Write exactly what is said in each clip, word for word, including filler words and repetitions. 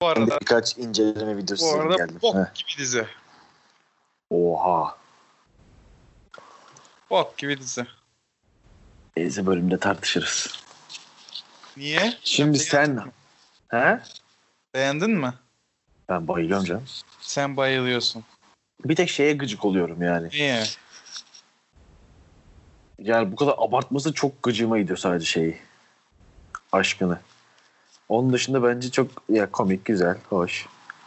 Bu arada birkaç inceleme videosu bu arada geldim. bok Heh. gibi dizi. Oha. Bok gibi dizi. Neyse bölümde tartışırız. Niye? Şimdi sen sen... He? beğendin mi? Ben bayılıyorum canım. Sen bayılıyorsun. Bir tek şeye gıcık oluyorum yani. Niye? Yani bu kadar abartması çok gıcığıma gidiyor sadece şeyi. Aşkını. Onun dışında bence çok ya komik, güzel, hoş.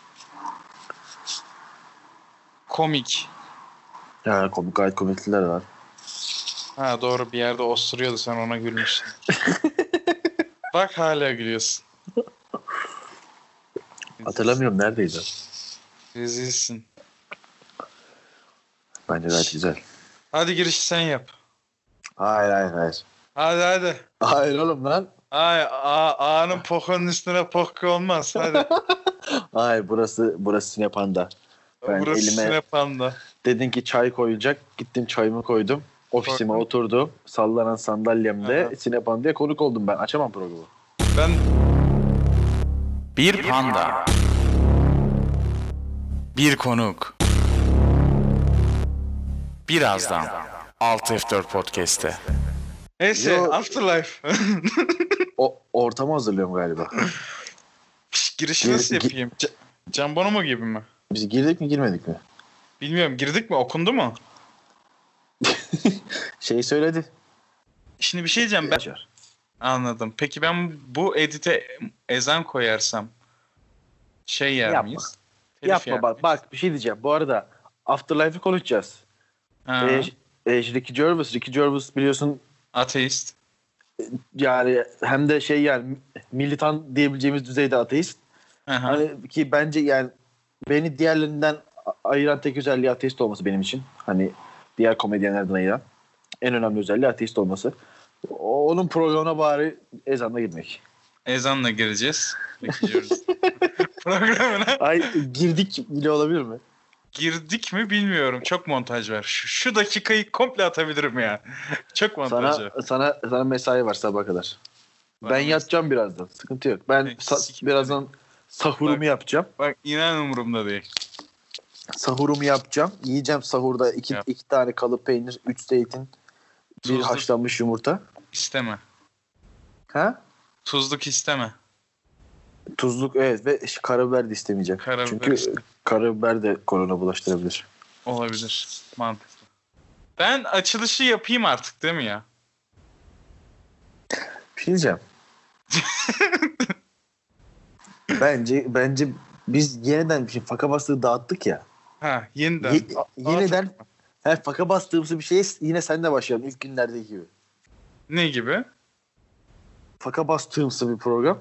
Komik. Yani komik, gayet komikliler var. Ha doğru, bir yerde osuruyordu, sen ona gülmüştün. Bak hala gülüyorsun. Hatırlamıyorum neredeydi. Rezilsin. Bence gayet güzel. Hadi girişi sen yap. Hayır hayır hayır. Hadi hadi. Hayır oğlum lan. Ay, a, ağanın pokonun üstüne pokku olmaz. Hadi. Hayır burası burası Sinepanda. Ben Burası elime Sinepanda. dedin ki çay koyacak. Gittim çayımı koydum. Ofisime Koydum. oturdum. Sallanan sandalyemde Aha. Sinepanda'ya konuk oldum ben. Açamam programı. Ben Bir panda. Bir konuk. Birazdan Alt F dört Podcast'te. neyse Yo. Afterlife. O ortamı hazırlıyorum galiba. Piş, girişi Gir- nasıl gi- yapayım? C- Can Bonomo gibi mi? Biz girdik mi girmedik mi? Bilmiyorum, girdik mi, okundu mu? Şey söyledi. Şimdi bir şey diyeceğim ben. Anladım. Peki ben bu edite ezan koyarsam şey yer Yapma. miyiz? Telif Yapma yer bak miyiz? bak bir şey diyeceğim. Bu arada Afterlife'ı konuşacağız. Ha, Ee, e, Ricky Gervais, Ricky Gervais biliyorsun ateist. yani hem de şey yani militan diyebileceğimiz düzeyde ateist. Aha. Hani ki bence yani beni diğerlerinden ayıran tek özelliği ateist olması benim için. Hani diğer komedyenlerden ayıran en önemli özelliği ateist olması. O- Onun programına bari ezanla girmek. Ezanla gireceğiz. Bekliyoruz. Programına Ay girdik bile olabilir mi? girdik mi bilmiyorum. Çok montaj var. Şu, şu dakikayı komple atabilirim ya. Çok montaj var. Sana sana sana mesai var sabaha kadar. Bana ben mes- yatacağım birazdan. Sıkıntı yok. Ben Peki, sa- sikim birazdan sahurumu Bak. yapacağım. Bak inan umurumda değil. Sahurumu yapacağım. Yiyeceğim sahurda iki, Yap. iki tane kalıp peynir, üç zeytin, bir Tuzlu haşlanmış yumurta. isteme. Ha? Tuzluk isteme. Tuzluk evet ve karabiber de istemeyeceğim. Karabiber Çünkü iste- karabiber de korona bulaştırabilir. Olabilir. Mantıklı. Ben açılışı yapayım artık değil mi ya? Bir şey diyeceğim. bence bence biz yeniden bir şey faka bastığı dağıttık ya. Ha yeniden. Ye- A- yeniden artık- he, faka bastığımız bir şeye yine seninle başlayalım ilk günlerdeki gibi. Ne gibi? Faka bastığımız bir program.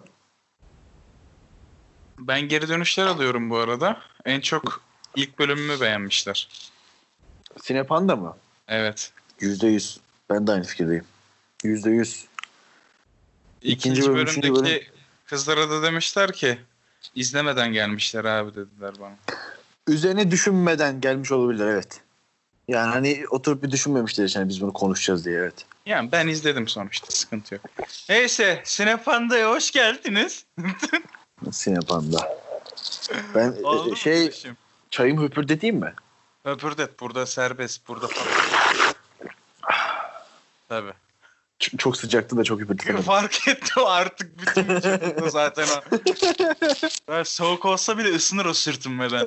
Ben geri dönüşler alıyorum bu arada. En çok ilk bölümümü beğenmişler. Sinepanda mı? Evet. Yüzde yüz. Ben de aynı fikirdeyim. Yüzde yüz. İkinci, İkinci bölüm, üçüncü bölümdeki bölüm. kızlara da demişler ki izlemeden gelmişler abi dediler bana. Üzerine düşünmeden gelmiş olabilirler evet. Yani hani oturup bir düşünmemişler yani biz bunu konuşacağız diye evet. Yani ben izledim sonuçta, sıkıntı yok. Neyse Sinepanda'ya hoş geldiniz. Sinepanda. Ben Oldu e, mu şey girişim? çayımı höpürdeteyim mi? Höpürdet burada serbest, burada falan. Tabii. Ç- çok sıcaktı da çok höpürdetemedim. Fark etti o artık bütün vücudunda zaten o. Ben soğuk olsa bile ısınır o sürtünmeden.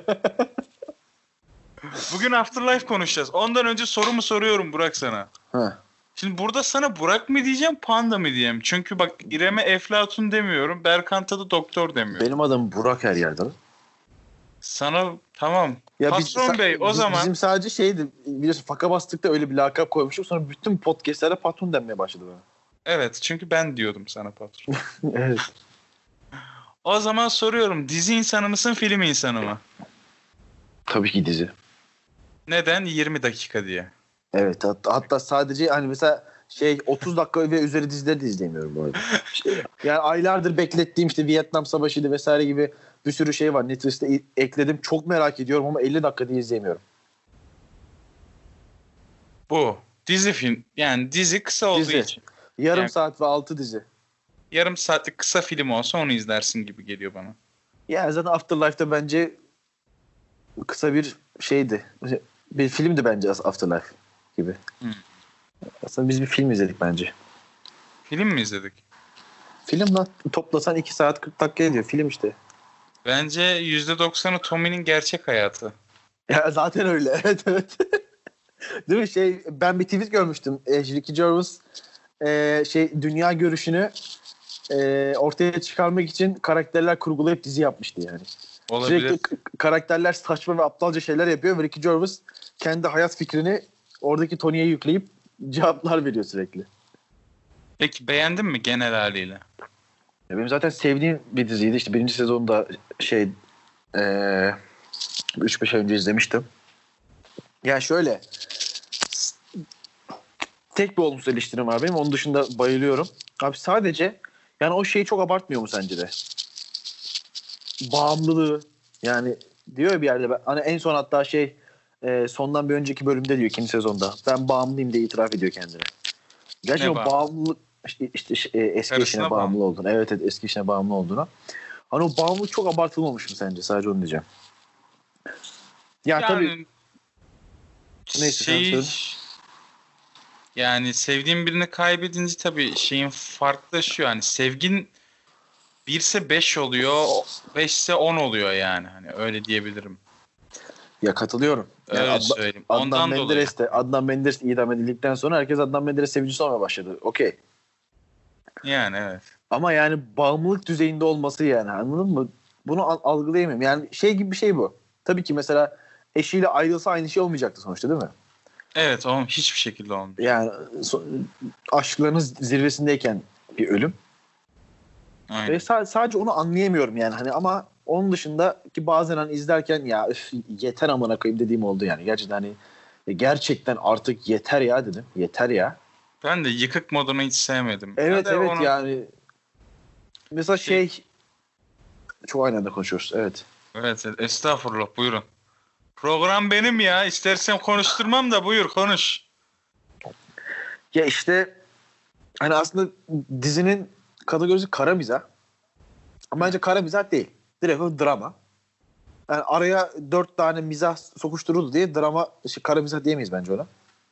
Bugün Afterlife konuşacağız. Ondan önce sorumu soruyorum Burak sana. Ha. Şimdi burada sana Burak mı diyeceğim, Panda mı diyeyim? Çünkü bak İrem'e Eflatun demiyorum, Berkant'a da Doktor demiyorum. Benim adım Burak her yerde. Sana tamam. Ya Patron biz- Bey o biz- zaman Bizim sadece şeydi biliyorsun faka bastıkta öyle bir lakap koymuşum sonra bütün podcastlerde patron denmeye başladı bana. evet, çünkü ben diyordum sana patron. Evet. O zaman soruyorum, dizi insanı mısın, film insanı mı? Tabii ki dizi. Neden? yirmi dakika diye. Evet hatta, hatta sadece hani mesela şey otuz dakika ve üzeri dizileri de izleyemiyorum bu arada. İşte, yani aylardır beklettiğim işte Vietnam Savaşı'ydı vesaire gibi bir sürü şey var. Netflix'te ekledim. Çok merak ediyorum ama elli dakika diye izleyemiyorum. Bu. Dizi film. Yani dizi kısa olduğu Dizi. için. Yarım Yani- saat ve altı dizi. Yarım saatlik kısa film olsa onu izlersin gibi geliyor bana. Yani zaten Afterlife'da bence kısa bir şeydi. Bir filmdi bence Afterlife gibi. Hmm. Aslında biz bir film izledik bence. Film mi izledik? Film lan toplasan iki saat kırk dakika ediyor. Film işte. Bence yüzde doksanı Tommy'nin gerçek hayatı. Ya zaten öyle. Evet evet. Değil mi? Şey, ben bir tweet görmüştüm. E, Ricky Gervais e, şey dünya görüşünü e, ortaya çıkarmak için karakterler kurgulayıp dizi yapmıştı yani. Olabilir. Sürekli k- karakterler saçma ve aptalca şeyler yapıyor ve Ricky Gervais kendi hayat fikrini oradaki Tony'ye yükleyip cevaplar veriyor sürekli. Peki beğendin mi genel haliyle? Ya benim zaten sevdiğim bir diziydi. İşte birinci sezonda şey e, üç beş ay önce izlemiştim. Ya şöyle tek bir olumsuz eleştirim var benim. Onun dışında bayılıyorum. Abi sadece yani o şeyi çok abartmıyor mu sence de? Bağımlılığı. Yani diyor ya bir yerde ben, hani en son hatta şey e, sondan bir önceki bölümde diyor ikinci sezonda. Ben bağımlıyım diye itiraf ediyor kendine. Gerçekten o bağımlı? bağımlılık işte, işte e, eski Karısına işine bağımlı, bağımlı. olduğunu. Evet, evet eski işine bağımlı olduğunu. Hani o bağımlılık çok abartılmamış mı sence? Sadece onu diyeceğim. Ya Yani tabii neyse, sen şey söyle. yani sevdiğin birini kaybedince tabii şeyin farklılaşıyor. Hani sevgin birse beş oluyor, beşse on oluyor yani. Hani öyle diyebilirim. Ya katılıyorum. Yani Öyle Adna- söyleyeyim. Adnan Ondan dolayı. Menderes de Adnan Menderes idam edildikten sonra herkes Adnan Menderes sevgilisi olmaya başladı. Okey. Yani evet. Ama yani bağımlılık düzeyinde olması yani anladın mı? Bunu al- algılayamıyorum. Yani şey gibi bir şey bu. Tabii ki mesela eşiyle ayrılsa aynı şey olmayacaktı sonuçta değil mi? Evet, oğlum hiçbir şekilde olmuyor. Yani so- aşklarınız zirvesindeyken bir ölüm. Aynen. Ve sa- sadece onu anlayamıyorum yani hani ama onun dışında ki bazen hani izlerken ya üf, yeter amına koyayım dediğim oldu yani. Gerçekten hani gerçekten artık yeter ya dedim. Yeter ya. Ben de yıkık modunu hiç sevmedim. Evet Hadi evet onu- yani mesela Şey- şey çok aynı anda konuşuyoruz. Evet. Evet, evet, estağfurullah, buyurun. Program benim ya. İstersen konuşturmam da buyur konuş. Ya işte hani aslında dizinin kategorisi kara mizah. Ama bence kara mizah değil. Direkt o drama. Yani araya dört tane mizah sokuşturuldu diye drama, şey, kara mizah diyemeyiz bence ona.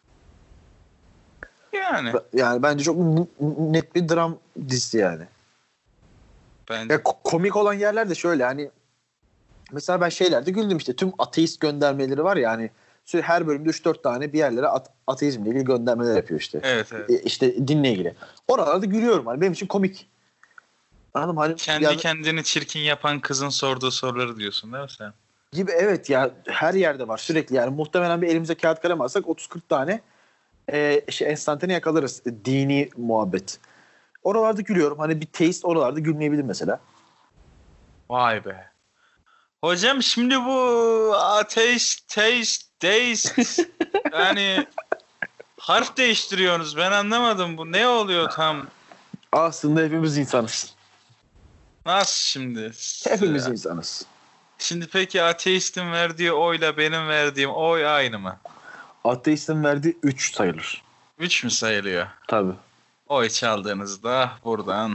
Yani Yani bence çok n- n- net bir dram dizisi yani. bence Ya ko- komik olan yerler de şöyle hani mesela ben şeylerde güldüm işte tüm ateist göndermeleri var ya hani sürekli her bölümde üç dört tane bir yerlere at- ateizmle ilgili göndermeler yapıyor işte. evet evet. E, işte dinle ilgili. Oralarda gülüyorum hani benim için komik. Anladın mı? Hani Kendi yani kendini çirkin yapan kızın sorduğu soruları diyorsun değil mi sen? gibi evet ya her yerde var sürekli yani muhtemelen bir elimize kağıt kalem alsak otuz kırk tane e, şey, enstantane yakalarız e, dini muhabbet. Oralarda gülüyorum. Hani bir teist oralarda gülmeyebilir mesela. Vay be. Hocam şimdi bu ateist, teist, deist yani harf değiştiriyorsunuz. Ben anlamadım. Bu ne oluyor tam? Aslında hepimiz insanız. Nasıl şimdi? Hepimiz insanız. Şimdi peki ateistin verdiği oyla benim verdiğim oy aynı mı? Ateistin verdiği üç sayılır. Üç mü sayılıyor? Tabii. Oy çaldığınızda buradan.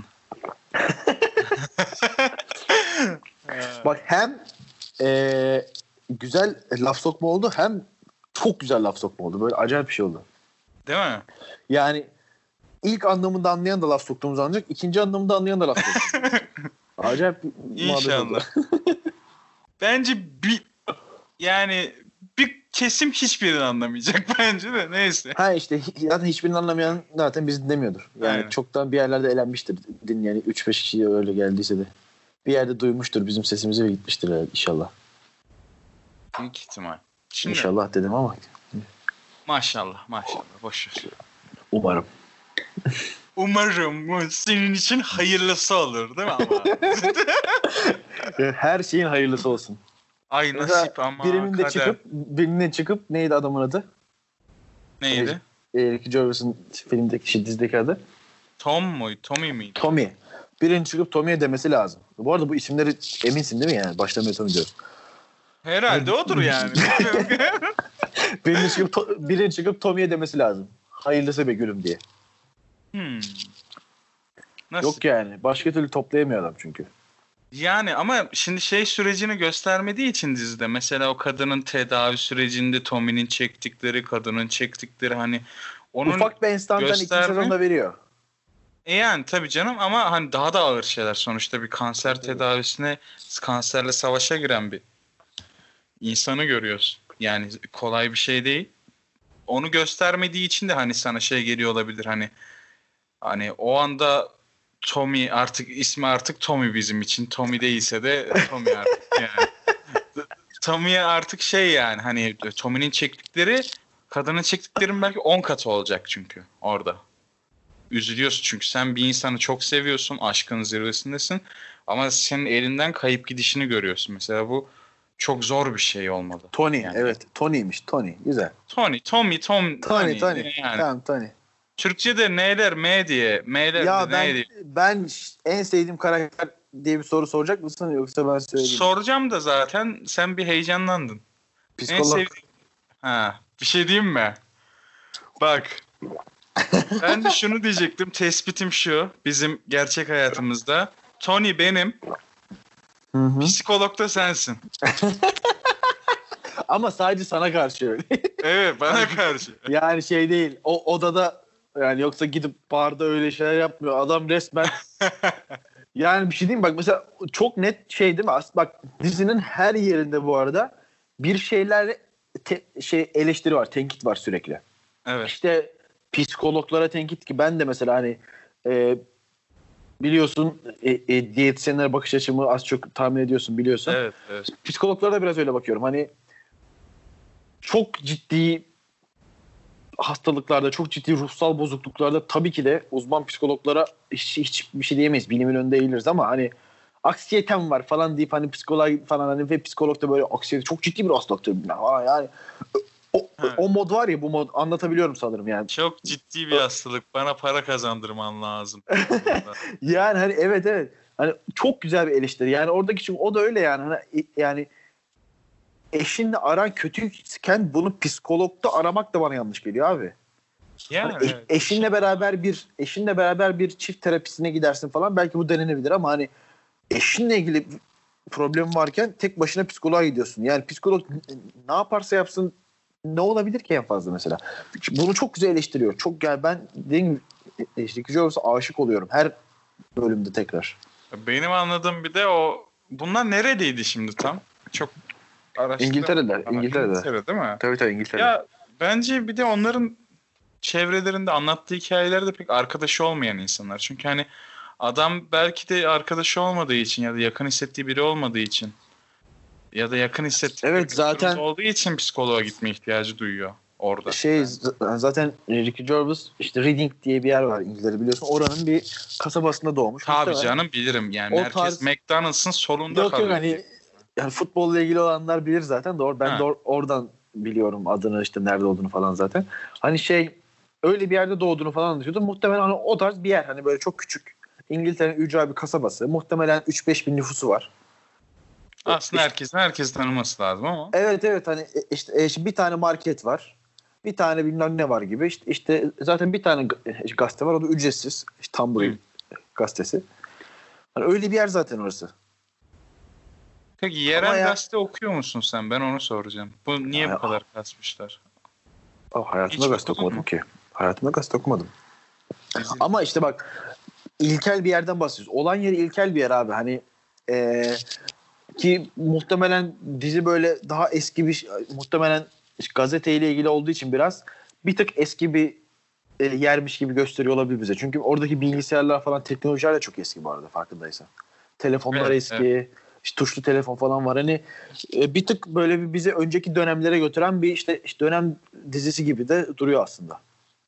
Bak hem e, güzel laf sokma oldu hem çok güzel laf sokma oldu. Böyle acayip bir şey oldu. Değil mi? Yani ilk anlamında anlayan da laf soktuğumuzu anlayacak. İkinci anlamında anlayan da laf sokacak. Acayip bir muhabbet oldu. İnşallah. Bence bir yani bir kesim hiçbirini anlamayacak bence de neyse. Ha işte zaten hiçbirini anlamayan zaten bizi dinlemiyordur. Yani Aynen. çoktan bir yerlerde elenmiştir. Dinleyen üç beş kişiye öyle geldiyse de. Bir yerde duymuştur bizim sesimizi ve gitmiştir herhalde inşallah. Büyük ihtimal. Şimdi, İnşallah dedim ama Maşallah maşallah boş ver. umarım. Umarım bu senin için hayırlısı olur değil mi ama? Her şeyin hayırlısı olsun. Ay Mesela nasip ama birinin de kader. çıkıp birinin çıkıp neydi adamın adı? Neydi? Eric Gervais'in filmdeki şey, dizideki adı. Tom muydu? Tommy miydi? Tommy. Birinin çıkıp Tommy'ye demesi lazım. Bu arada bu isimleri eminsin değil mi yani? Baştan beri Tommy diyorum. Herhalde odur yani. Birinin çıkıp, to- birinin çıkıp Tommy'ye demesi lazım. Hayırlısı be gülüm diye. hmm. Nasıl? Yok yani. Başka türlü toplayamıyor adam çünkü. Yani ama şimdi şey sürecini göstermediği için dizide. Mesela o kadının tedavi sürecinde Tommy'nin çektikleri, kadının çektikleri hani onun Ufak bir enstantan ikinci gösterme- sezonda veriyor. E yani tabii canım ama hani daha da ağır şeyler sonuçta bir kanser Tabii. tedavisine, kanserle savaşa giren bir insanı görüyorsun. Yani kolay bir şey değil. Onu göstermediği için de hani sana şey geliyor olabilir hani hani o anda Tommy artık ismi artık Tommy bizim için. Tommy değilse de Tommy artık yani. Tommy'ye artık şey yani hani Tommy'nin çektikleri kadının çektiklerinin belki on katı olacak çünkü orada. Üzülüyorsun çünkü sen bir insanı çok seviyorsun, aşkın zirvesindesin ama senin elinden kayıp gidişini görüyorsun. Mesela bu çok zor bir şey olmalı. Tony Yani. evet. Tony'ymiş. Tony. Güzel. Tony, Tommy, Tom, Tony hani Tony. yani. Tamam Tony. Türkçe'de N'ler M diye, M'ler Ya de ben N diye. ben en sevdiğim karakter diye bir soru soracak mısın yoksa ben söyleyeyim. Soracağım da zaten sen bir heyecanlandın. Psikolog. En sevdiğim... Ha, bir şey diyeyim mi? Bak. Ben de şunu diyecektim. Tespitim şu. Bizim gerçek hayatımızda. Tony benim. Hı hı. Psikolog da sensin. Ama sadece sana karşı öyle. Evet bana karşı. Yani şey değil. O odada yani yoksa gidip barda öyle şeyler yapmıyor. Adam resmen yani bir şey diyeyim mi? Bak mesela çok net şey değil mi? Aslında bak dizinin her yerinde bu arada bir şeyler te- şey eleştiri var, tenkit var sürekli. Evet. İşte psikologlara tenkit ki ben de mesela hani e, biliyorsun e, e, diyetisyenlere bakış açımı az çok tahmin ediyorsun biliyorsun. Evet, evet. Psikologlara da biraz öyle bakıyorum. Hani çok ciddi hastalıklarda, çok ciddi ruhsal bozukluklarda tabii ki de uzman psikologlara hiç, hiçbir şey diyemeyiz. Bilimin önünde eğiliriz ama hani aksiyetem var falan deyip hani psikolog falan hani ve psikolog da böyle aksiyete çok ciddi bir hastalıktır. Ha, yani o, Evet. o mod var ya bu mod anlatabiliyorum sanırım yani. Çok ciddi bir hastalık. Bana para kazandırman lazım. Yani hani evet evet. Hani çok güzel bir eleştiri. Yani oradaki çünkü o da öyle yani. Hani, yani eşinle aran kötüyken bunu psikologda aramak da bana yanlış geliyor abi. Yani Hani e- evet. eşinle beraber bir eşinle beraber bir çift terapisine gidersin falan belki bu denenebilir ama hani eşinle ilgili problem varken tek başına psikoloğa gidiyorsun. Yani psikolog ne yaparsa yapsın ne olabilir ki en fazla mesela. Bunu çok güzel eleştiriyor. Çok yani ben dediğim gibi Ricky Gervais'a aşık oluyorum her bölümde tekrar. Benim anladığım bir de o bunlar neredeydi şimdi tam? Çok araştırdım. İngiltere'de, Ama İngiltere'de. İngiltere değil mi? Tabii tabii İngiltere. Ya bence bir de onların çevrelerinde anlattığı hikayelerde pek arkadaşı olmayan insanlar. Çünkü hani adam belki de arkadaşı olmadığı için ya da yakın hissettiği biri olmadığı için ya da yakın hissettiği Evet, bir zaten- durum olduğu için psikoloğa gitme ihtiyacı duyuyor orada. Şey z- zaten Ricky Gervais işte Reading diye bir yer var İngiltere'de biliyorsun. Oranın bir kasabasında doğmuş. Tabii Muhtemelen- canım bilirim yani O merkez tarz- McDonald's'ın solunda Yok yok kalıyor. hani yani futbolla ilgili olanlar bilir zaten. Doğru. Ben Ha. de or- oradan biliyorum adını işte nerede olduğunu falan zaten. Hani şey öyle bir yerde doğduğunu falan anlatıyordu. Muhtemelen hani o tarz bir yer. Hani böyle çok küçük. İngiltere'nin ücra bir kasabası. Muhtemelen üç beş bin nüfusu var. Aslında İşte- herkesin herkesi tanıması lazım ama. Evet evet hani e, işte, e, işte bir tane market var. Bir tane bilmem ne var gibi. İşte, işte zaten bir tane ga- gazete var. O da ücretsiz. İşte Tumblr Hı. gazetesi. Hani öyle bir yer zaten orası. Peki yerel Ama ya- gazete okuyor musun sen? Ben onu soracağım. Bu niye Ya- bu kadar kasmışlar? Oh, hayatımda Hiç gazete okudun okumadım mu? ki. Hayatımda gazete okumadım. Dizi- Ama işte bak ilkel bir yerden bahsediyoruz. Olan yeri ilkel bir yer abi. Hani eee, ki muhtemelen dizi böyle daha eski bir muhtemelen gazeteyle ilgili olduğu için biraz bir tık eski bir e, yermiş gibi gösteriyor olabilir bize. Çünkü oradaki bilgisayarlar falan teknolojiler de çok eski bu arada farkındaysan. Telefonlar Evet, eski. İşte tuşlu telefon falan var. Hani e, bir tık böyle bir bizi önceki dönemlere götüren bir işte, işte dönem dizisi gibi de duruyor aslında.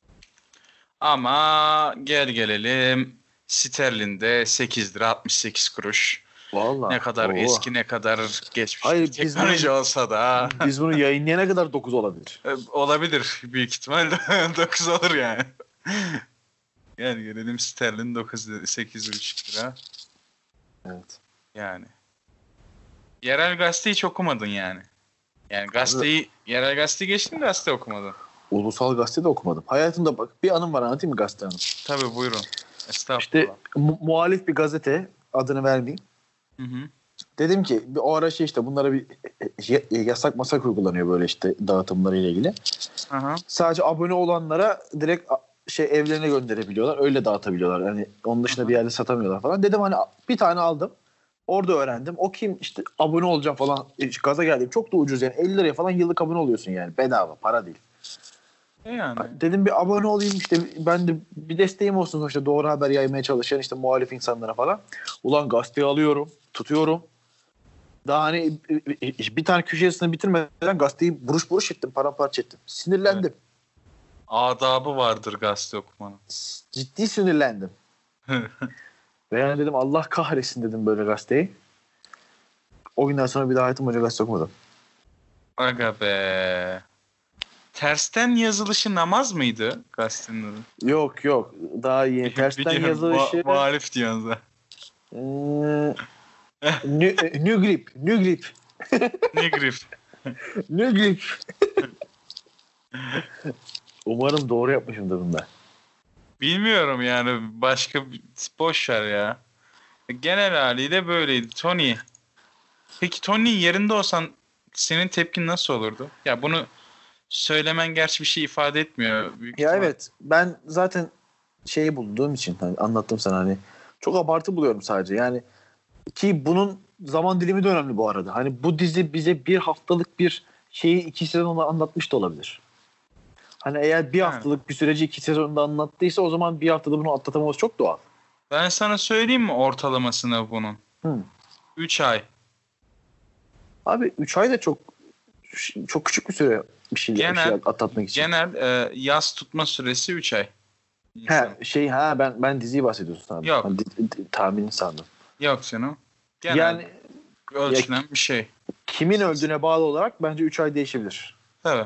Ama gel gelelim sterlinde sekiz lira altmış sekiz kuruş. Vallahi. Ne kadar Oo. eski ne kadar geçmiş Hayır, bir biz teknoloji bunu- olsa da Biz bunu yayınlayana kadar dokuz olabilir. e, olabilir büyük ihtimal dokuz olur yani. Gel gelelim sterlin dokuz sekiz buçuk lira. Evet. Yani. Yerel gazeteyi hiç okumadın yani. Yani gazeteyi, yerel gazeteyi geçtin gazete okumadın. Ulusal gazete de okumadım. Hayatımda bak bir anım var anlatayım mı gazete anım? Tabii buyurun. Estağfurullah. İşte mu- muhalif bir gazete adını vermeyeyim. Hı hı. Dedim ki bir o ara şey işte bunlara bir yasak masak uygulanıyor böyle işte dağıtımları ile ilgili. Aha. Sadece abone olanlara direkt şey evlerine gönderebiliyorlar. Öyle dağıtabiliyorlar. Yani onun dışında Aha. bir yerde satamıyorlar falan. Dedim hani bir tane aldım. Orada öğrendim. O kim işte abone olacağım falan. Gaza geldim. Çok da ucuz yani. elli liraya falan yıllık abone oluyorsun yani. Bedava. Para değil. E yani. Dedim bir abone olayım işte ben de bir desteğim olsun sonuçta doğru haber yaymaya çalışan işte muhalif insanlara falan. Ulan gazeteyi alıyorum. Tutuyorum. Daha hani bir tane köşe yazısını bitirmeden gazeteyi buruş buruş ettim. Paramparça ettim. Sinirlendim. Evet. Adabı vardır gazete okumanın. Ciddi sinirlendim. Ve yani dedim Allah kahretsin dedim böyle gazeteyi. O günden sonra bir daha hayatım boyunca gazete okumadım. Aga be. Tersten yazılışı namaz mıydı gazetenin adı? Yok yok. Daha iyi. Tersten Biliyorum, yazılışı. Mu- muhalif diyorsun da. Ee, New, new Grip. New Grip. Ne grif? New Grip. Umarım doğru yapmışımdır bunda. Bilmiyorum yani başka bir- boş ver ya. Genel haliyle böyleydi. Tony. Peki Tony'nin yerinde olsan senin tepkin nasıl olurdu? Ya bunu söylemen gerçi bir şey ifade etmiyor. Büyük Ya ihtimal. evet. Ben zaten şeyi bulduğum için hani anlattım sana hani çok abartı buluyorum sadece. Yani ki bunun zaman dilimi de önemli bu arada. Hani bu dizi bize bir haftalık bir şeyi iki sezonda anlatmış da olabilir. Hani eğer bir Yani. haftalık bir süreci iki sezonda anlattıysa o zaman bir haftada bunu atlatamaması çok doğal. Ben sana söyleyeyim mi ortalamasını bunun? Hı. üç ay. Abi üç ay da çok çok küçük bir süre bir şey, bir şey Genel atlatmak için. genel e, yaz tutma süresi üç ay. İnsan. He, şey ha ben ben diziyi bahsediyorsun sandım. Yok. Hani, di- di- tahmini sandım. Yok canım. Genel Yani ölçülen ya, bir şey. kimin öldüğüne bağlı olarak bence üç ay değişebilir. Tabii.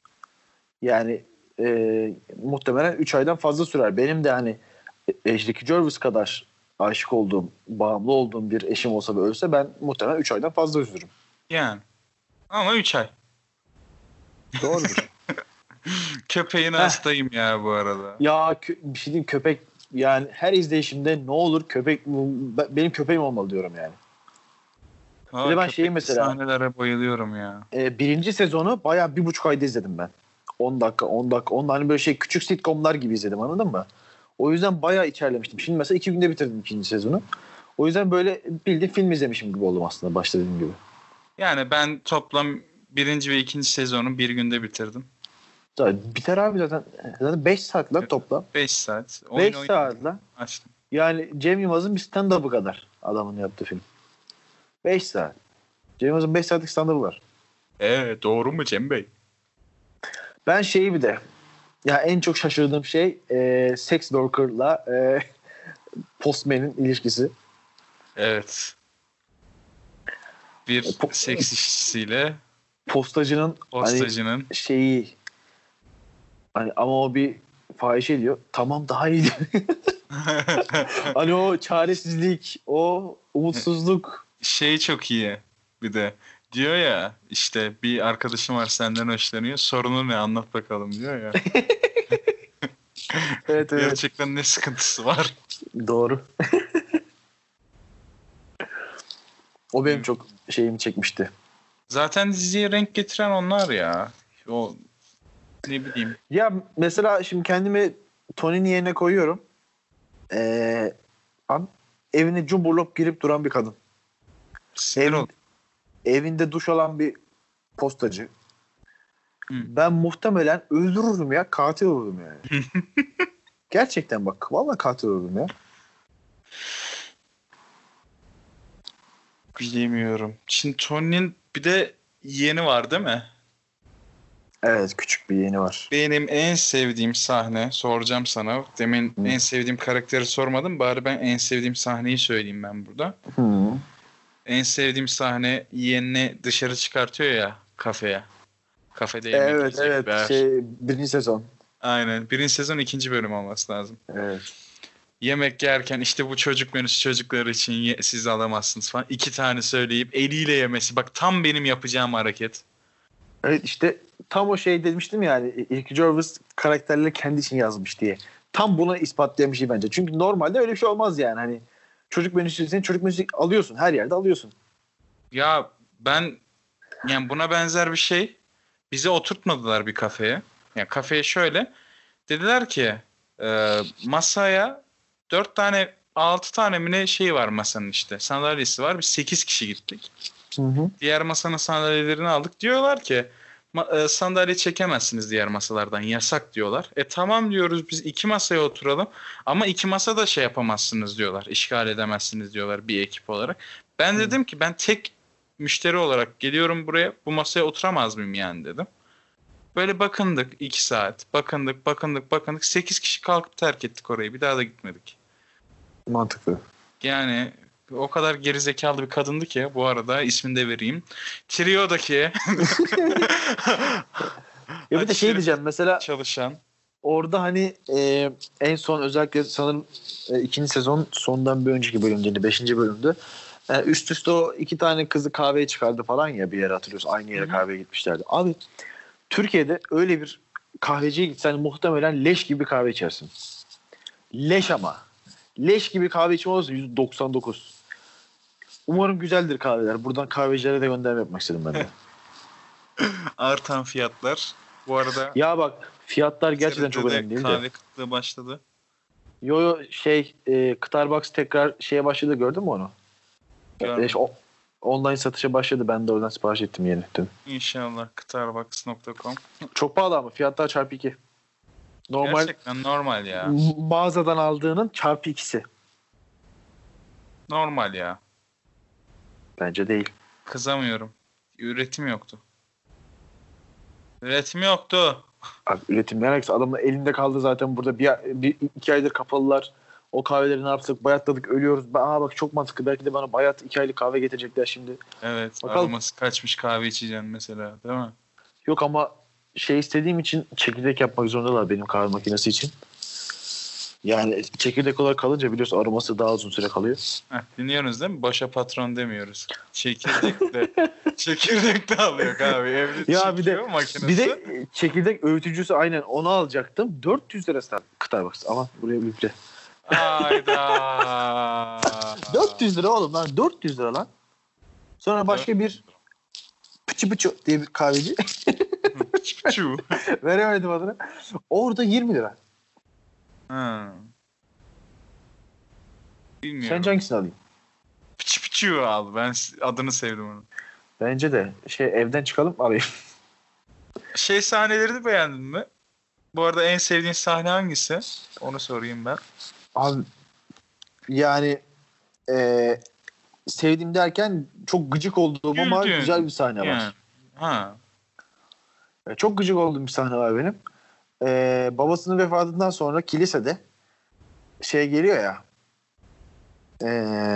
Yani e, muhtemelen üç aydan fazla sürer. Benim de hani Ejderki Jervis kadar aşık olduğum, bağımlı olduğum bir eşim olsa ve ölse ben muhtemelen üç aydan fazla üzülürüm. Yani. Ama üç ay. Doğrudur. Köpeğin hastayım ya bu arada. Ya kö- bir şey diyeyim köpek yani her izleyişimde ne olur köpek benim köpeğim olmalı diyorum yani. Aa, Bir de ben köpekli şeyi mesela sahnelere bayılıyorum ya. e, birinci sezonu bayağı bir buçuk ayda izledim ben. on dakika on dakika on hani böyle şey küçük sitcomlar gibi izledim anladın mı? O yüzden bayağı içerlemiştim. Şimdi mesela iki günde bitirdim ikinci sezonu. O yüzden böyle bildiğin film izlemişim gibi oldum aslında başta dediğim gibi. Yani ben toplam birinci ve ikinci sezonu bir günde bitirdim. Zaten biter abi zaten. Zaten beş saat lan toplam. beş saat. Oyun beş oyun saat lan. açtım. Yani Cem Yılmaz'ın bir stand-up'ı kadar adamın yaptığı film. beş saat. Cem Yılmaz'ın beş saatlik stand-up'ı var. Ee, doğru mu Cem Bey? Ben şeyi bir de ya en çok şaşırdığım şey e, sex worker'la e, postman'in ilişkisi. Evet. Bir E, po- seks işçisiyle Postacının postacının. hani şeyi hani ama o bir fahişe diyor. Tamam daha iyi. Hani o çaresizlik, o umutsuzluk. Şey çok iyi bir de. Diyor ya işte bir arkadaşım var senden hoşlanıyor. Sorunu ne anlat bakalım diyor ya. Evet evet. Gerçekten ne sıkıntısı var? Doğru. O benim çok şeyimi çekmişti. Zaten diziye renk getiren onlar ya. O ne bileyim. Ya mesela şimdi kendimi Tony'nin yerine koyuyorum. Ee, an, evine cumburlop girip duran bir kadın. Sinir Ev, ol. evinde duş alan bir postacı. Hı. Ben muhtemelen öldürürdüm ya. Katil olurdum yani. Gerçekten bak. Vallahi katil olurdum ya. Bilemiyorum. Şimdi Tony'nin bir de yeğeni var değil mi? Evet küçük bir yeğeni var. Benim en sevdiğim sahne soracağım sana. Demin Hı. en sevdiğim karakteri sormadım. Bari ben en sevdiğim sahneyi söyleyeyim ben burada. Hı. En sevdiğim sahne yeğenini dışarı çıkartıyor ya kafeye. Kafede yemek Evet yiyecek evet bir şey birinci sezon. Aynen. Birinci sezon ikinci bölüm olması lazım. Evet. Yemek yerken işte bu çocuk menüsü çocuklar için ye- siz alamazsınız falan. İki tane söyleyip eliyle yemesi. Bak tam benim yapacağım hareket. Evet işte tam o şey demiştim yani İlk Jervis karakterleri kendi için yazmış diye. Tam bunu ispatlayan bir şey bence. Çünkü normalde öyle bir şey olmaz yani. Hani çocuk menüsü, senin çocuk menüsü alıyorsun. Her yerde alıyorsun. Ya ben yani buna benzer bir şey bize oturtmadılar bir kafeye. Yani kafeye şöyle dediler ki e, masaya dört tane altı tane mi ne şey var masanın işte sandalyesi var. Biz sekiz kişi gittik. Hı hı. Diğer masanın sandalyelerini aldık. Diyorlar ki ma- e, sandalye çekemezsiniz diğer masalardan. Yasak diyorlar. E tamam diyoruz biz iki masaya oturalım. Ama iki masa da şey yapamazsınız diyorlar. İşgal edemezsiniz diyorlar bir ekip olarak. Ben dedim ki ben tek müşteri olarak geliyorum buraya. Bu masaya oturamaz mıyım yani dedim. Böyle bakındık iki saat. Bakındık bakındık bakındık. sekiz kişi kalkıp terk ettik orayı. Bir daha da gitmedik. Mantıklı. Yani o kadar gerizekalı bir kadındı ki bu arada ismini de vereyim. Trio'daki Ya bir de şey diyeceğim mesela çalışan. orada hani e, en son özellikle sanırım e, ikinci sezon sondan bir önceki bölümde, beşinci bölümde e, üst üste o iki tane kızı kahveye çıkardı falan ya bir yere hatırlıyorsun. Aynı yere Hı hı. kahveye gitmişlerdi. Abi Türkiye'de öyle bir kahveciye gitsen muhtemelen leş gibi kahve içersin. Leş ama. Leş gibi kahve içme olursa yüzde doksan dokuz. Umarım güzeldir kahveler. Buradan kahvecilere de gönderme yapmak istedim ben de. Artan fiyatlar. Bu arada Ya bak fiyatlar gerçekten çok T R T'de önemli değil de. kahve kıtlığı başladı. Yo yo şey e, Starbucks tekrar şeye başladı gördün mü onu? Görmedim. E, o- online satışa başladı. Ben de oradan sipariş ettim yeni dün. İnşallah starbucks nokta com. Çok pahalı ama fiyatlar çarpı iki. Normal Gerçekten normal ya. m- mağazadan aldığının çarpı ikisi. Normal ya. Bence değil. Kızamıyorum. Üretim yoktu. Üretim yoktu. Abi, üretim ne alakası? Adamın elinde kaldı zaten burada. Bir, bir iki aydır kapalılar. O kahveleri ne yaptık? Bayatladık ölüyoruz. Aa bak çok mantıklı. Belki de bana bayat iki aylık kahve getirecekler şimdi. Evet. Bakalım. Aroması kaçmış kahve içeceğim mesela. Değil mi? Yok ama şey istediğim için çekirdek yapmak zorundalar benim kahve makinesi için. Yani çekirdek olarak kalınca biliyorsun aroması daha uzun süre kalıyor. Heh, dinliyorsunuz değil mi? Boşa patron demiyoruz. Çekirdek de çekirdek de alıyor abi. Evde Ya bir de çekiyor makinesi. bir de çekirdek öğütücüsü aynen onu alacaktım. dört yüz lira Starbucks. Ama buraya üple. Hayda. dört yüz lira oğlum lan. dört yüz lira lan. Sonra başka bir pıçı pıçı diye bir kahveci. Çu. Veremedim adını. Orada yirmi lira. Ha. Bilmiyorum. Sence hangisini alayım? Piçi piçi al. Ben adını sevdim onun. Bence de şey evden çıkalım alayım. Şey sahnelerini beğendin mi? Bu arada en sevdiğin sahne hangisi? Onu sorayım ben. Abi yani e, sevdiğim derken çok gıcık olduğum ama Güldün. güzel bir sahne var. Yani. Ha. E, Çok gıcık olduğum bir sahne var benim. E, babasının vefatından sonra kilisede şey geliyor ya e,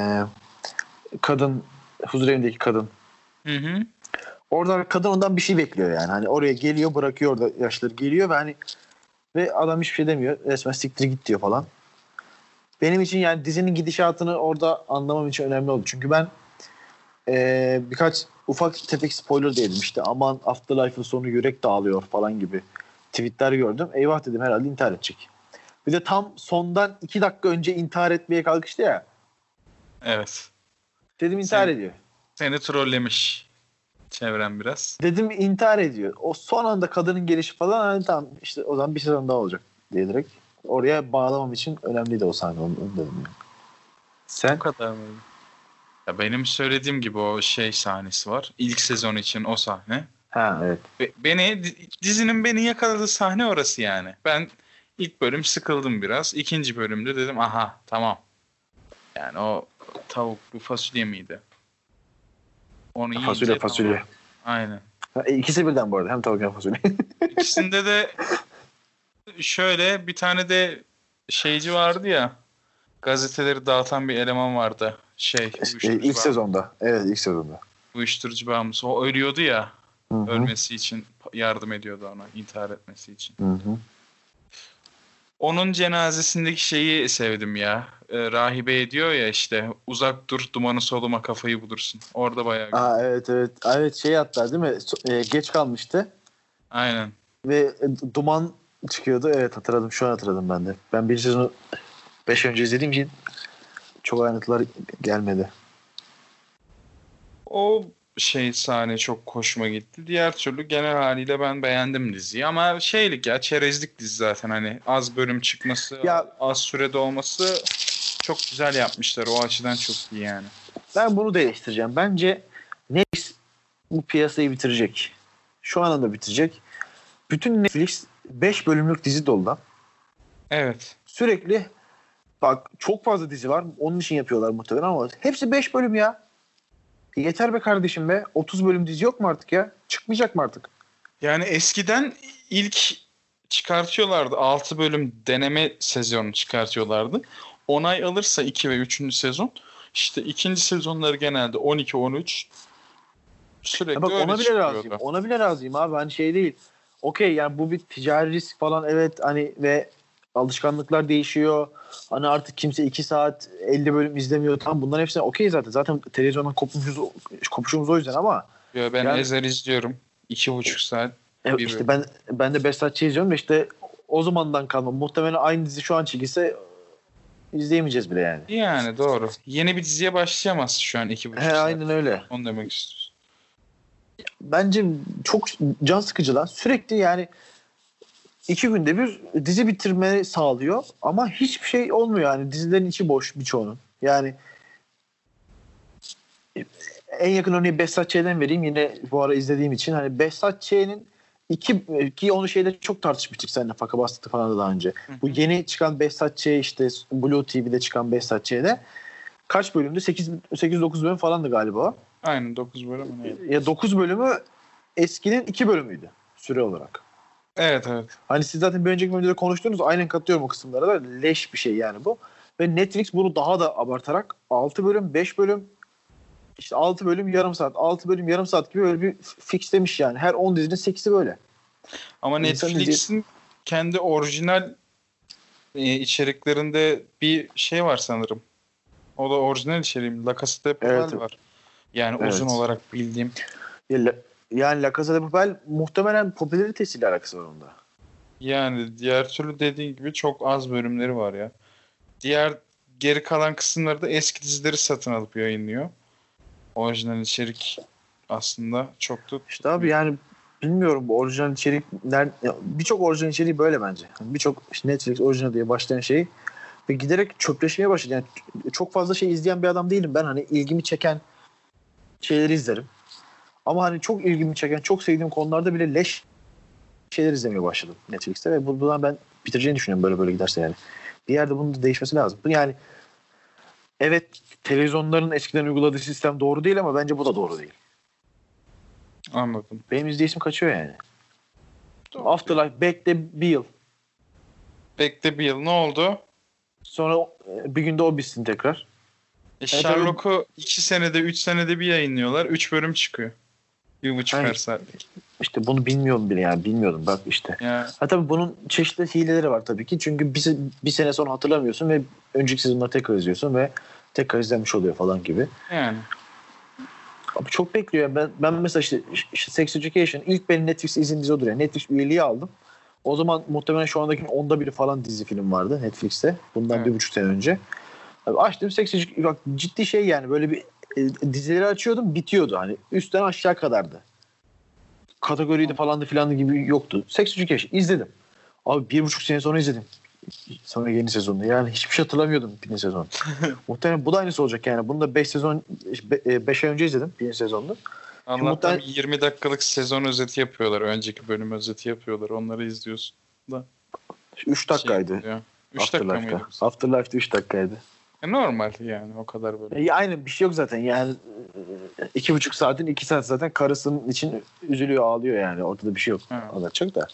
kadın huzurevindeki kadın. Hı hı. Orada kadın ondan bir şey bekliyor yani. Hani oraya geliyor bırakıyor orada yaşları geliyor ve hani ve adam hiçbir şey demiyor. Resmen siktir git diyor falan. Benim için yani dizinin gidişatını orada anlamam için önemli oldu. Çünkü ben e, birkaç ufak tefek spoiler diyelim işte aman Afterlife'ın sonu yürek dağılıyor falan gibi tweetler gördüm. Eyvah dedim herhalde intihar edecek. Bir de tam sondan iki dakika önce intihar etmeye kalkıştı ya. Evet. Dedim intihar Sen- ediyor. Seni trollemiş. Çevren biraz. Dedim intihar ediyor. O son anda kadının gelişi falan hani tamam işte o zaman bir sezon daha olacak diye direkt. Oraya bağlamam için önemliydi o sahne. Onu, onu dedim yani. Sen? O kadar mı? Ya benim söylediğim gibi o şey sahnesi var. İlk sezon için o sahne. Ha evet. Be- Beni dizinin beni yakaladığı sahne orası yani. Ben ilk bölüm sıkıldım biraz. İkinci bölümde dedim aha tamam. Yani o tavuklu fasulye miydi? Onu yiyince Fasulye fasulye. tamam. Aynen. Ha, ikisi birden bu arada. Hem tavuk hem fasulye. İkisinde de şöyle bir tane de şeyci vardı ya. Gazeteleri dağıtan bir eleman vardı. Şey, İşte uyuşturucu ilk bağımlısı. sezonda. Evet ilk sezonda. Uyuşturucu bağımlısı. O ölüyordu ya. Hı hı. Ölmesi için yardım ediyordu ona. İntihar etmesi için. Hı hı. Onun cenazesindeki şeyi sevdim ya. Ee, rahibe diyor ya işte uzak dur dumanı soluma kafayı bulursun. Orada bayağı güzel. Aa evet evet. Evet şey hatta değil mi? So- e, geç kalmıştı. Aynen. Ve e, duman çıkıyordu. Evet hatırladım. Şu an hatırladım ben de. Ben bir sezonu beş önce izlediğim için çok ayrıntılar gelmedi. O şey sahne çok hoşuma gitti. Diğer türlü genel haliyle ben beğendim diziyi. Ama şeylik ya, çerezlik dizi zaten, hani az bölüm çıkması, Ya, az sürede olması çok güzel yapmışlar. O açıdan çok iyi yani. Ben bunu da eleştireceğim. Bence Netflix bu piyasayı bitirecek. Şu anda bitirecek. Bütün Netflix beş bölümlük dizi dolu lan. Evet. Sürekli bak çok fazla dizi var. Onun için yapıyorlar muhtemelen ama hepsi beş bölüm ya. Yeter be kardeşim be. otuz bölüm dizi yok mu artık ya? Çıkmayacak mı artık? Yani eskiden ilk çıkartıyorlardı. altı bölüm deneme sezonu çıkartıyorlardı. Onay alırsa iki ve üçüncü sezon. İşte ikinci sezonları genelde on iki on üç sürekli Ya bak, öyle ona bile çıkıyordu. razıyım. Ona bile razıyım abi. Hani şey değil. Okey yani bu bir ticari risk falan, evet hani, ve alışkanlıklar değişiyor. Hani artık kimse iki saat elli bölüm izlemiyor. Tamam, bunların hepsine okey zaten. Zaten televizyondan kopuşumuz, kopuşumuz o yüzden ama Ya ben yani, Ezel izliyorum. iki buçuk saat. evet, bir işte bölüm. ben ben de Behzatçı izliyorum ve işte o zamandan kalma. Muhtemelen aynı dizi şu an çekilse izleyemeyeceğiz bile yani. Yani doğru. Yeni bir diziye başlayamaz şu an iki buçuk He, saat. aynen öyle. Onu demek istiyorsun. Bence çok can sıkıcı lan. Sürekli yani iki günde bir dizi bitirme sağlıyor ama hiçbir şey olmuyor yani. Dizilerin içi boş birçoğunun. Yani en yakın örneği Behzat Ç'den vereyim, yine bu ara izlediğim için. Hani Behzat Ç'nin iki, ki onu şeyde çok tartışmıştık seninle, Faka Bastık'ta falan da daha önce. Hı hı. Bu yeni çıkan Behzat Ç, işte Blue T V'de çıkan Behzat Ç'de kaç bölümdü? sekiz dokuz bölüm falandı galiba. Aynen dokuz bölüm mü neydi? Ya dokuz bölümü eskinin iki bölümüydü süre olarak. Evet evet. Hani siz zaten bir önceki bölümde konuştuğunuz, aynen katılıyorum o kısımlara da. Leş bir şey yani bu. Ve Netflix bunu daha da abartarak altı bölüm, beş bölüm, işte altı bölüm yarım saat, altı bölüm yarım saat gibi öyle bir fixlemiş yani. Her on dizinin sekizi böyle. Ama İnsan Netflix'in kendi orijinal e, içeriklerinde bir şey var sanırım. O da orijinal içeriğim. La Casa de Papel Evet. var. Yani Evet. uzun olarak bildiğim. Yani La Casa de Papel muhtemelen popülaritesiyle alakası var onda. Yani diğer türlü dediğin gibi çok az bölümleri var ya. Diğer geri kalan kısımları da eski dizileri satın alıp yayınlıyor. Orijinal içerik aslında çok da İşte abi yani bilmiyorum, bu orijinal içerikler, birçok orijinal içeriği böyle bence. Yani birçok işte Netflix orijinal diye başlayan şey ve giderek çöpleşmeye başladı. Yani çok fazla şey izleyen bir adam değilim ben. Hani ilgimi çeken şeyleri izlerim. Ama hani çok ilgimi çeken, çok sevdiğim konularda bile leş şeyler izlemeye başladım Netflix'te ve buradan ben bitireceğini düşünüyorum böyle böyle giderse yani. Bir yerde bunun da değişmesi lazım. Bu yani evet, televizyonların eskiden uyguladığı sistem doğru değil ama bence bu da doğru değil. anladım. Benim izleyişim kaçıyor yani. Doğru. Afterlife bekle bir yıl. Bekle bir yıl ne oldu? Sonra bir günde o bitsin tekrar. E, Sherlock'u iki senede, üç senede bir yayınlıyorlar. Üç bölüm çıkıyor. Bir buçuk Aynen. her saatlik. İşte bunu bilmiyorum bile yani. Bilmiyordum bak işte. Ya, Ha tabii bunun çeşitli hileleri var tabii ki. Çünkü bir, bir sene sonra hatırlamıyorsun ve önceki sezonları tekrar izliyorsun ve tekrar izlenmiş oluyor falan gibi. yani. Abi çok bekliyor. Ben, ben mesela işte, işte Sex Education ilk benim Netflix izlediğim dizi odur yani. Netflix üyeliği aldım. O zaman muhtemelen şu andakinin onda biri falan dizi film vardı Netflix'te. Bundan Evet. bir buçuk sene önce. Abi açtım Sex Education. Bak ciddi şey yani, böyle bir e, dizileri açıyordum, bitiyordu. Hani üstten aşağı kadardı. Kategoriydi falandı filandı gibi yoktu. Sex Education izledim. Abi bir buçuk sene sonra izledim. Sonra yeni sezonda. Yani hiçbir şey hatırlamıyordum birinci sezon. Muhtemelen bu da aynısı olacak yani. Bunu da beş sezon beş ay önce izledim birinci sezonda. Allah'tan muhtemelen- yirmi dakikalık sezon özeti yapıyorlar. Önceki bölüm özeti yapıyorlar. Onları izliyorsun. Da üç dakikaydı. Şey üç dakika mıydı? Afterlife'da. Afterlife'da üç dakikaydı. E, normal yani o kadar böyle. E, aynen, bir şey yok zaten. Yani e, iki buçuk saatin iki saat zaten karısının için üzülüyor, ağlıyor yani. Ortada bir şey yok. Ha. Anlatacak da.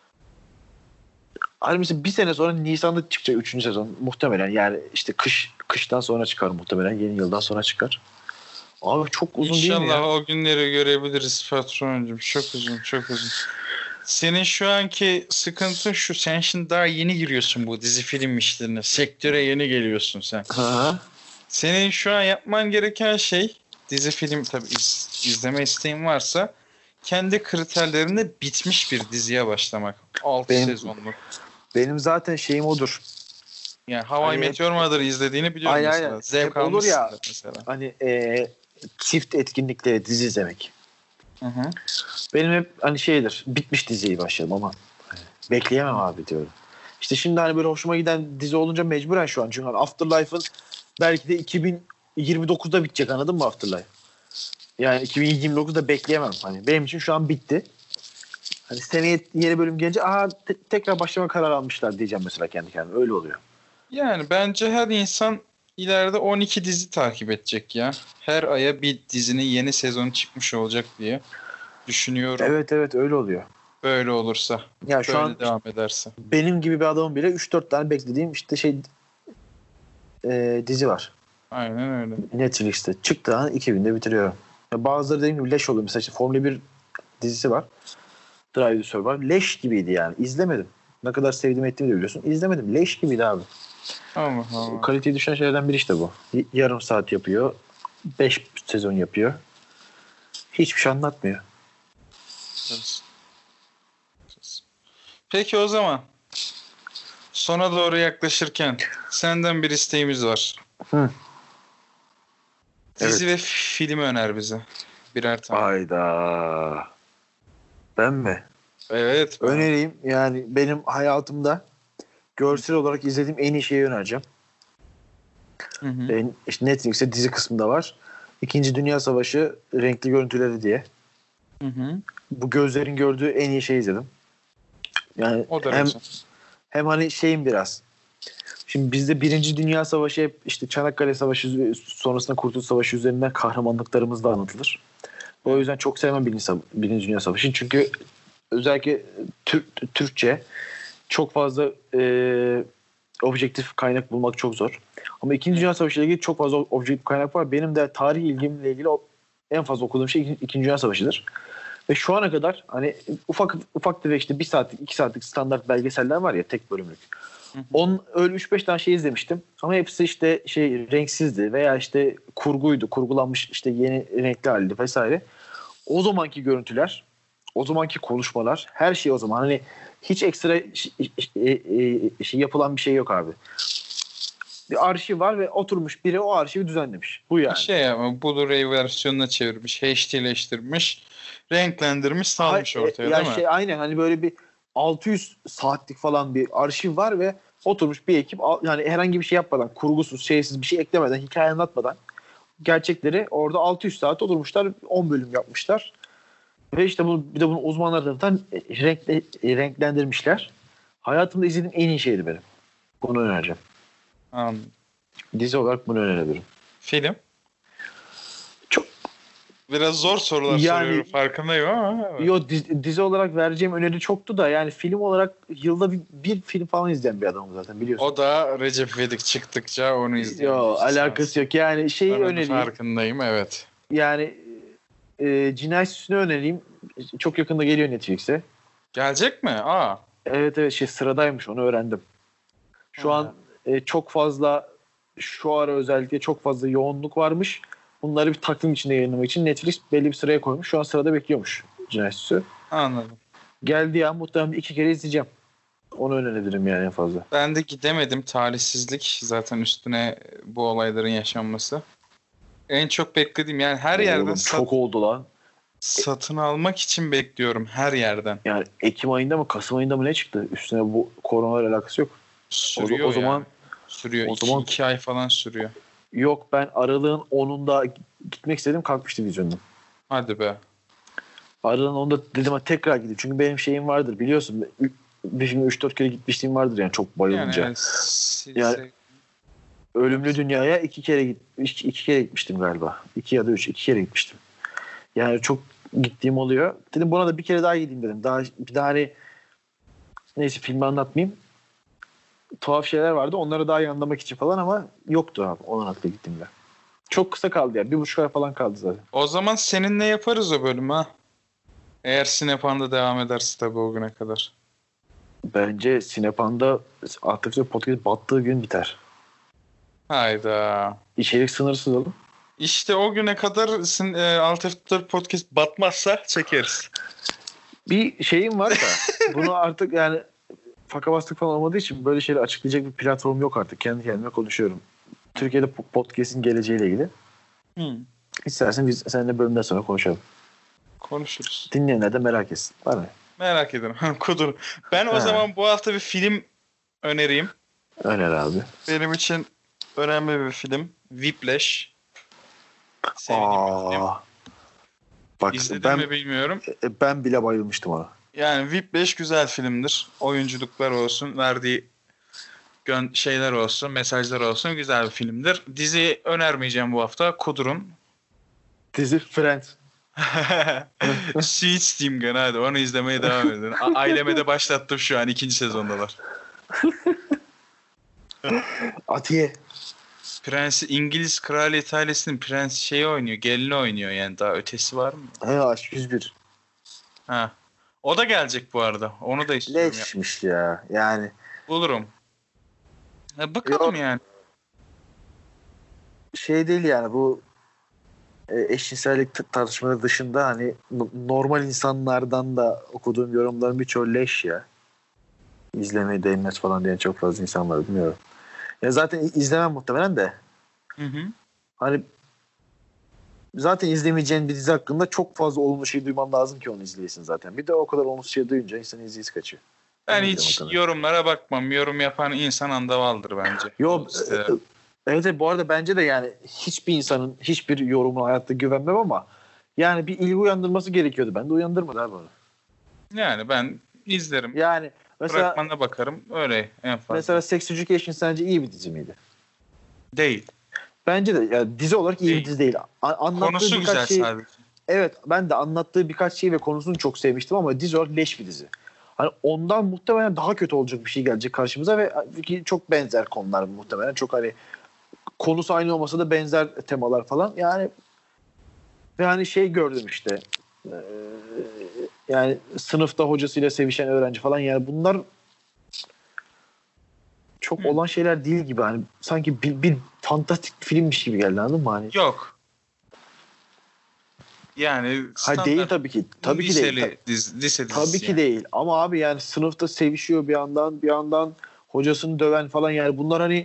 Hani mesela bir sene sonra Nisan'da çıkacak üçüncü sezon. Muhtemelen yani işte kış kıştan sonra çıkar muhtemelen. Yeni yıldan sonra çıkar. Abi çok uzun değil mi İnşallah ya? o günleri görebiliriz patroncum. Çok uzun, çok uzun. Senin şu anki sıkıntın şu. Sen şimdi daha yeni giriyorsun bu dizi film işlerine. Sektöre yeni geliyorsun sen. Hı. Senin şu an yapman gereken şey, dizi film tabii iz, izleme isteğin varsa, kendi kriterlerinde bitmiş bir diziye başlamak. altı Benim- sezonluk. Benim zaten şeyim odur. Yani How I Hani Met Your Mother'ı izlediğini biliyorum Aynen, mesela. aynen. Zevk Hep olur almışsın ya. mesela. Hani e, çift etkinlikle dizi izlemek. Hı hı. Benim hep hani şeydir. Bitmiş diziyi başladım ama hani bekleyemem abi diyorum. İşte şimdi hani böyle hoşuma giden dizi olunca mecburen şu an. Çünkü hani Afterlife'ın belki de iki bin yirmi dokuzda bitecek, anladın mı Afterlife? Yani iki bin yirmi dokuzda bekleyemem. Hani benim için şu an bitti. Hani seneye yeni bölüm gelince aha te- tekrar başlama kararı almışlar diyeceğim mesela kendi kendime. Öyle oluyor. Yani bence her insan ileride on iki dizi takip edecek ya. Her aya bir dizinin yeni sezonu çıkmış olacak diye düşünüyorum. Evet evet öyle oluyor. Böyle olursa. Ya şu Böyle an devam ederse. benim gibi bir adamın bile üç dört tane beklediğim işte şey e, dizi var. Aynen öyle. Netflix'te. Çıktığı an iki günde bitiriyorum. Ya bazıları dediğim gibi leş oluyor. Mesela işte Formula bir dizisi var. Drive to Survive. Leş gibiydi yani. İzlemedim. Ne kadar sevdiğimi ettiğimi de biliyorsun. İzlemedim. Leş gibiydi abi. Allah Allah. Kaliteyi düşen şeylerden biri işte bu. Y- yarım saat yapıyor. Beş sezon yapıyor. Hiçbir şey anlatmıyor. Peki o zaman sona doğru yaklaşırken senden bir isteğimiz var. Hı. Dizi Evet. ve film öner bize. Birer tane. Ayda. Ben mi? Evet. Ben. Önereyim. Yani benim hayatımda görsel olarak izlediğim en iyi şeyi önereceğim. Hı hı. E, işte Netflix'te dizi kısmında var. İkinci Dünya Savaşı renkli görüntüleri diye. Hı hı. Bu gözlerin gördüğü en iyi şeyi izledim. Yani O hem derece. hem hani şeyim biraz. Şimdi bizde Birinci Dünya Savaşı hep işte Çanakkale Savaşı sonrasında Kurtuluş Savaşı üzerinden kahramanlıklarımız da anlatılır. O yüzden çok sevmem Birinci, Sa- Birinci Dünya Savaşı. Çünkü özellikle Türk, Türkçe çok fazla e, objektif kaynak bulmak çok zor. Ama İkinci Dünya Savaşı ile ilgili çok fazla objektif kaynak var. Benim de tarih ilgimle ilgili o, en fazla okuduğum şey İkinci, İkinci Dünya Savaşı'dır. Ve şu ana kadar hani ufak ufak tefek işte bir saatlik iki saatlik standart belgeseller var ya tek bölümlük. On öyle üç beş tane şey izlemiştim. Ama hepsi işte şey renksizdi veya işte kurguydu. Kurgulanmış işte yeni renkli halde vesaire. O zamanki görüntüler, o zamanki konuşmalar, her şey o zaman. Hani hiç ekstra şey, şey yapılan bir şey yok abi. Bir arşiv var ve oturmuş biri o arşivi düzenlemiş. Bu yani. Şey ama Blu-ray versiyonuna çevirmiş, H D'leştirmiş, renklendirmiş, salmış Hay- ortaya e, ya değil mi? şey aynen hani böyle bir altı yüz saatlik falan bir arşiv var ve oturmuş bir ekip al- yani herhangi bir şey yapmadan, kurgusuz, şeysiz bir şey eklemeden, hikaye anlatmadan gerçekleri orada altı yüz saat oturmuşlar, on bölüm yapmışlar. Ve işte bu bir de bunu uzmanlar tarafından renkle, renklendirmişler. Hayatımda izlediğim en iyi şeydi benim. Bunu önereceğim. Anladım. Dizi olarak bunu önerebilirim. Film? Çok Biraz zor sorular yani soruyorum farkındayım ama. Evet. yo dizi, dizi olarak vereceğim öneri çoktu da yani film olarak yılda bir, bir film falan izleyen bir adamım zaten biliyorsun. O da Recep İvedik çıktıkça onu izliyorum. Yo alakası yok. Yani şeyi Ben onun önereyim. farkındayım evet. Yani e, Cinayet Süsü'nü önereyim. Çok yakında geliyor Netflix'e. Gelecek mi? Aa. Evet evet şey sıradaymış, onu öğrendim. Şu Ha. an e, çok fazla şu ara özellikle çok fazla yoğunluk varmış. Bunları bir takvim içinde yayınlamak için Netflix belli bir sıraya koymuş. Şu an sırada bekliyormuş Cinayet Süsü. Anladım. Geldi ya muhtemelen bir iki kere izleyeceğim. Onu önerebilirim yani en fazla. Ben de gidemedim. Talihsizlik zaten üstüne bu olayların yaşanması. En çok beklediğim yani her yerden Oğlum sat- çok oldu lan. satın almak için bekliyorum her yerden. Yani Ekim ayında mı Kasım ayında mı ne çıktı? Üstüne bu koronayla alakası yok. Sürüyor o, o zaman yani. Sürüyor. o iki, zaman- iki ay falan sürüyor. yok, ben aralığın onunda gitmek istedim, kalkmıştı vizyondan. Hadi be. Aralığın onunda dedim ha tekrar gideyim. Çünkü benim şeyim vardır biliyorsun. Ü- Bir filme üç dört kere gitmişliğim vardır yani çok Yani bayılınca. evet, silse- Yani- Ölümlü Dünya'ya iki kere git iki, iki kere gitmiştim galiba. İki ya da üç iki kere gitmiştim. Yani çok gittiğim oluyor. Dedim buna da bir kere daha gideyim dedim. Daha bir daha hani neyse filmi anlatmayayım. Tuhaf şeyler vardı. Onları daha iyi anlamak için falan ama yoktu abi. Onun hakkında gittiğimde. Çok kısa kaldı ya. Bir buçuk ay falan kaldı zaten. O zaman seninle yaparız o bölümü ha. Eğer Sinepan'da devam ederse tabii o güne kadar. Bence Sinepan'da Atıf'ta podcast battığı gün biter. Hayda. İçerik sınırsız oğlum. İşte o güne kadar sin- e, Alt F dört Podcast batmazsa çekeriz. Bir şeyim var da bunu artık yani fakabastık falan olmadığı için böyle şeyleri açıklayacak bir platform yok artık. Kendi kendime konuşuyorum. Türkiye'de podcast'in geleceğiyle ilgili. Hı. İstersen biz seninle bölümden sonra konuşalım. Konuşuruz. Dinleyenler de merak etsin. Var mı? Merak ederim. Kudur. Ben o Ha. zaman bu hafta bir film önereyim. Öner abi. Benim için önemli bir film. Whiplash. Sevdiğim bir film. Aa. Bak İzledim ben mi bilmiyorum. e, ben bile bayılmıştım ona. Yani Whiplash güzel filmdir. Oyunculuklar olsun, verdiği gön- şeyler olsun, mesajlar olsun güzel bir filmdir. Dizi önermeyeceğim bu hafta. Kudurun. Dizi Friends. Suits Steam Gun, hadi onu izlemeye devam edin. A- aileme de başlattım, şu an ikinci sezondalar. Atiye. Prens, İngiliz Kraliyet ailesinin prens şeyi oynuyor. Gelini oynuyor yani, daha ötesi var mı? He Aşk yüz bir. Ha. O da gelecek bu arada. Onu da istiyorum ya. Leşmiş ya. Yani. Bulurum. Ha, bakalım Yok. yani. Şey değil yani bu e, eşcinsellik t- tartışmaları dışında hani n- normal insanlardan da okuduğum yorumların birçoğu leş ya. İzlemeye değmez falan diyen çok fazla insan var, bilmiyorum. Ya zaten i- izlemem muhtemelen de. Hı hı. Hani zaten izlemeyeceğin bir dizi hakkında çok fazla olumlu şey duyman lazım ki onu izleyesin zaten. Bir de o kadar olumsuz şey duyunca insanın izleyisi kaçıyor. Ben Ben hiç izlerim yorumlara bakmam. Yorum yapan insan andavaldır bence. Yo, İşte, e, evet, evet bu arada bence de yani hiçbir insanın hiçbir yorumuna hayatta güvenmem ama yani bir ilgi uyandırması gerekiyordu. Ben de uyandırmadı abi onu. yani ben izlerim. Yani mesela Fragmana bakarım. Öyle en fazla. mesela Sex Education sence iyi bir dizi miydi? Değil. Bence de yani dizi olarak iyi Değil. bir dizi değil. A- anlattığı Konusu birkaç güzel şey, sadece. evet ben de anlattığı birkaç şeyi ve konusunu çok sevmiştim ama dizi olarak leş bir dizi. Hani ondan muhtemelen daha kötü olacak bir şey gelecek karşımıza ve ki çok benzer konular muhtemelen. Çok hani konusu aynı olmasa da benzer temalar falan. Yani ve hani şey gördüm işte. Ee, yani sınıfta hocasıyla sevişen öğrenci falan, yani bunlar çok Hı. olan şeyler değil gibi. Hani sanki bir, bir fantastik filmmiş gibi geldi, anladın mı? Hani Yok. Yani ha değil tabii ki. Tabii ki değil. liseli dizi, lise dizisi. Tabii ki yani. değil. Ama abi yani sınıfta sevişiyor bir yandan, bir yandan hocasını döven falan, yani bunlar hani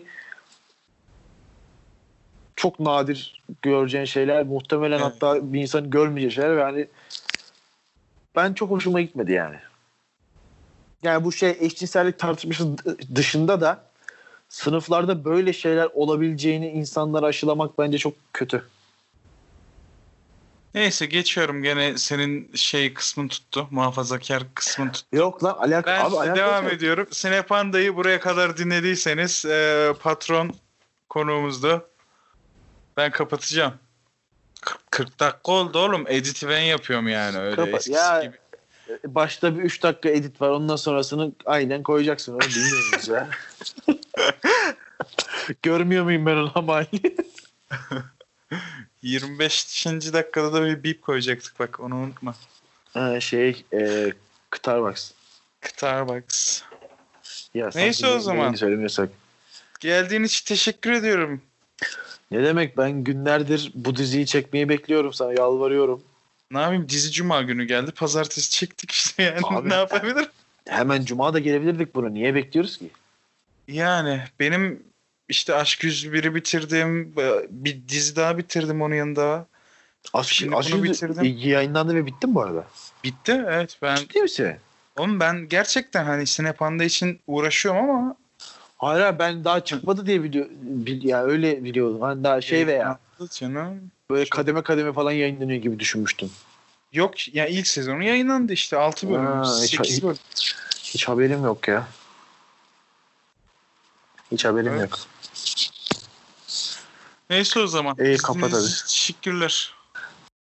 çok nadir göreceğin şeyler. Muhtemelen Evet. hatta bir insanın görmeyeceği şeyler ve hani ben çok hoşuma gitmedi yani. Yani bu şey eşcinsellik tartışması dışında da sınıflarda böyle şeyler olabileceğini insanlara aşılamak bence çok kötü. Neyse geçiyorum, gene senin şey kısmın tuttu. Muhafazakar kısmın tuttu. Yok lan alaka Ben abi alakası devam yok. ediyorum. Sinepanda'yı buraya kadar dinlediyseniz e, patron konuğumuzdu. Ben kapatacağım. kırk, kırk dakika oldu oğlum. Edit'i ben yapıyorum yani, öyle Kapa- eskisi ya gibi. başta bir üç dakika edit var, ondan sonrasını aynen koyacaksın, onu bilmiyor muyuz ya? Görmüyor muyum ben onu ama? yirmi beşinci dakikada da bir bip koyacaktık, bak onu unutma. Ha, şey e, Starbucks. Starbucks. Ya, Neyse sanki o zaman. neyini söylemiyorsak. Geldiğin için teşekkür ediyorum. Ne demek, ben günlerdir bu diziyi çekmeyi bekliyorum, sana yalvarıyorum. Ne yapayım, dizi cuma günü geldi. Pazartesi çektik işte yani. Abi, ne yapabilirim? Hemen Cuma da gelebilirdik buna. Niye bekliyoruz ki? Yani benim işte Aşk yüz biri bitirdim. Bir dizi daha bitirdim onun yanında. Aşk, Şimdi Aşk bunu Yüzü bitirdim. yayınlandı ve bitti mi bu arada? Bitti, evet. Ben Ciddi misin? oğlum ben gerçekten hani Sinepanda için uğraşıyorum ama Hayır abi, ben daha çıkmadı diye biliyor, bil, ya öyle biliyordum. Hani daha şey veya canım. böyle Çok- kademe kademe falan yayınlanıyor gibi düşünmüştüm. Yok ya, ilk sezonu yayınlandı işte, altı bölüm, Ha, hiç- sekiz bölüm. Hiç haberim yok ya. Hiç haberim Evet. yok. Neyse o zaman. İyi, kapat İzlediğiniz için teşekkürler.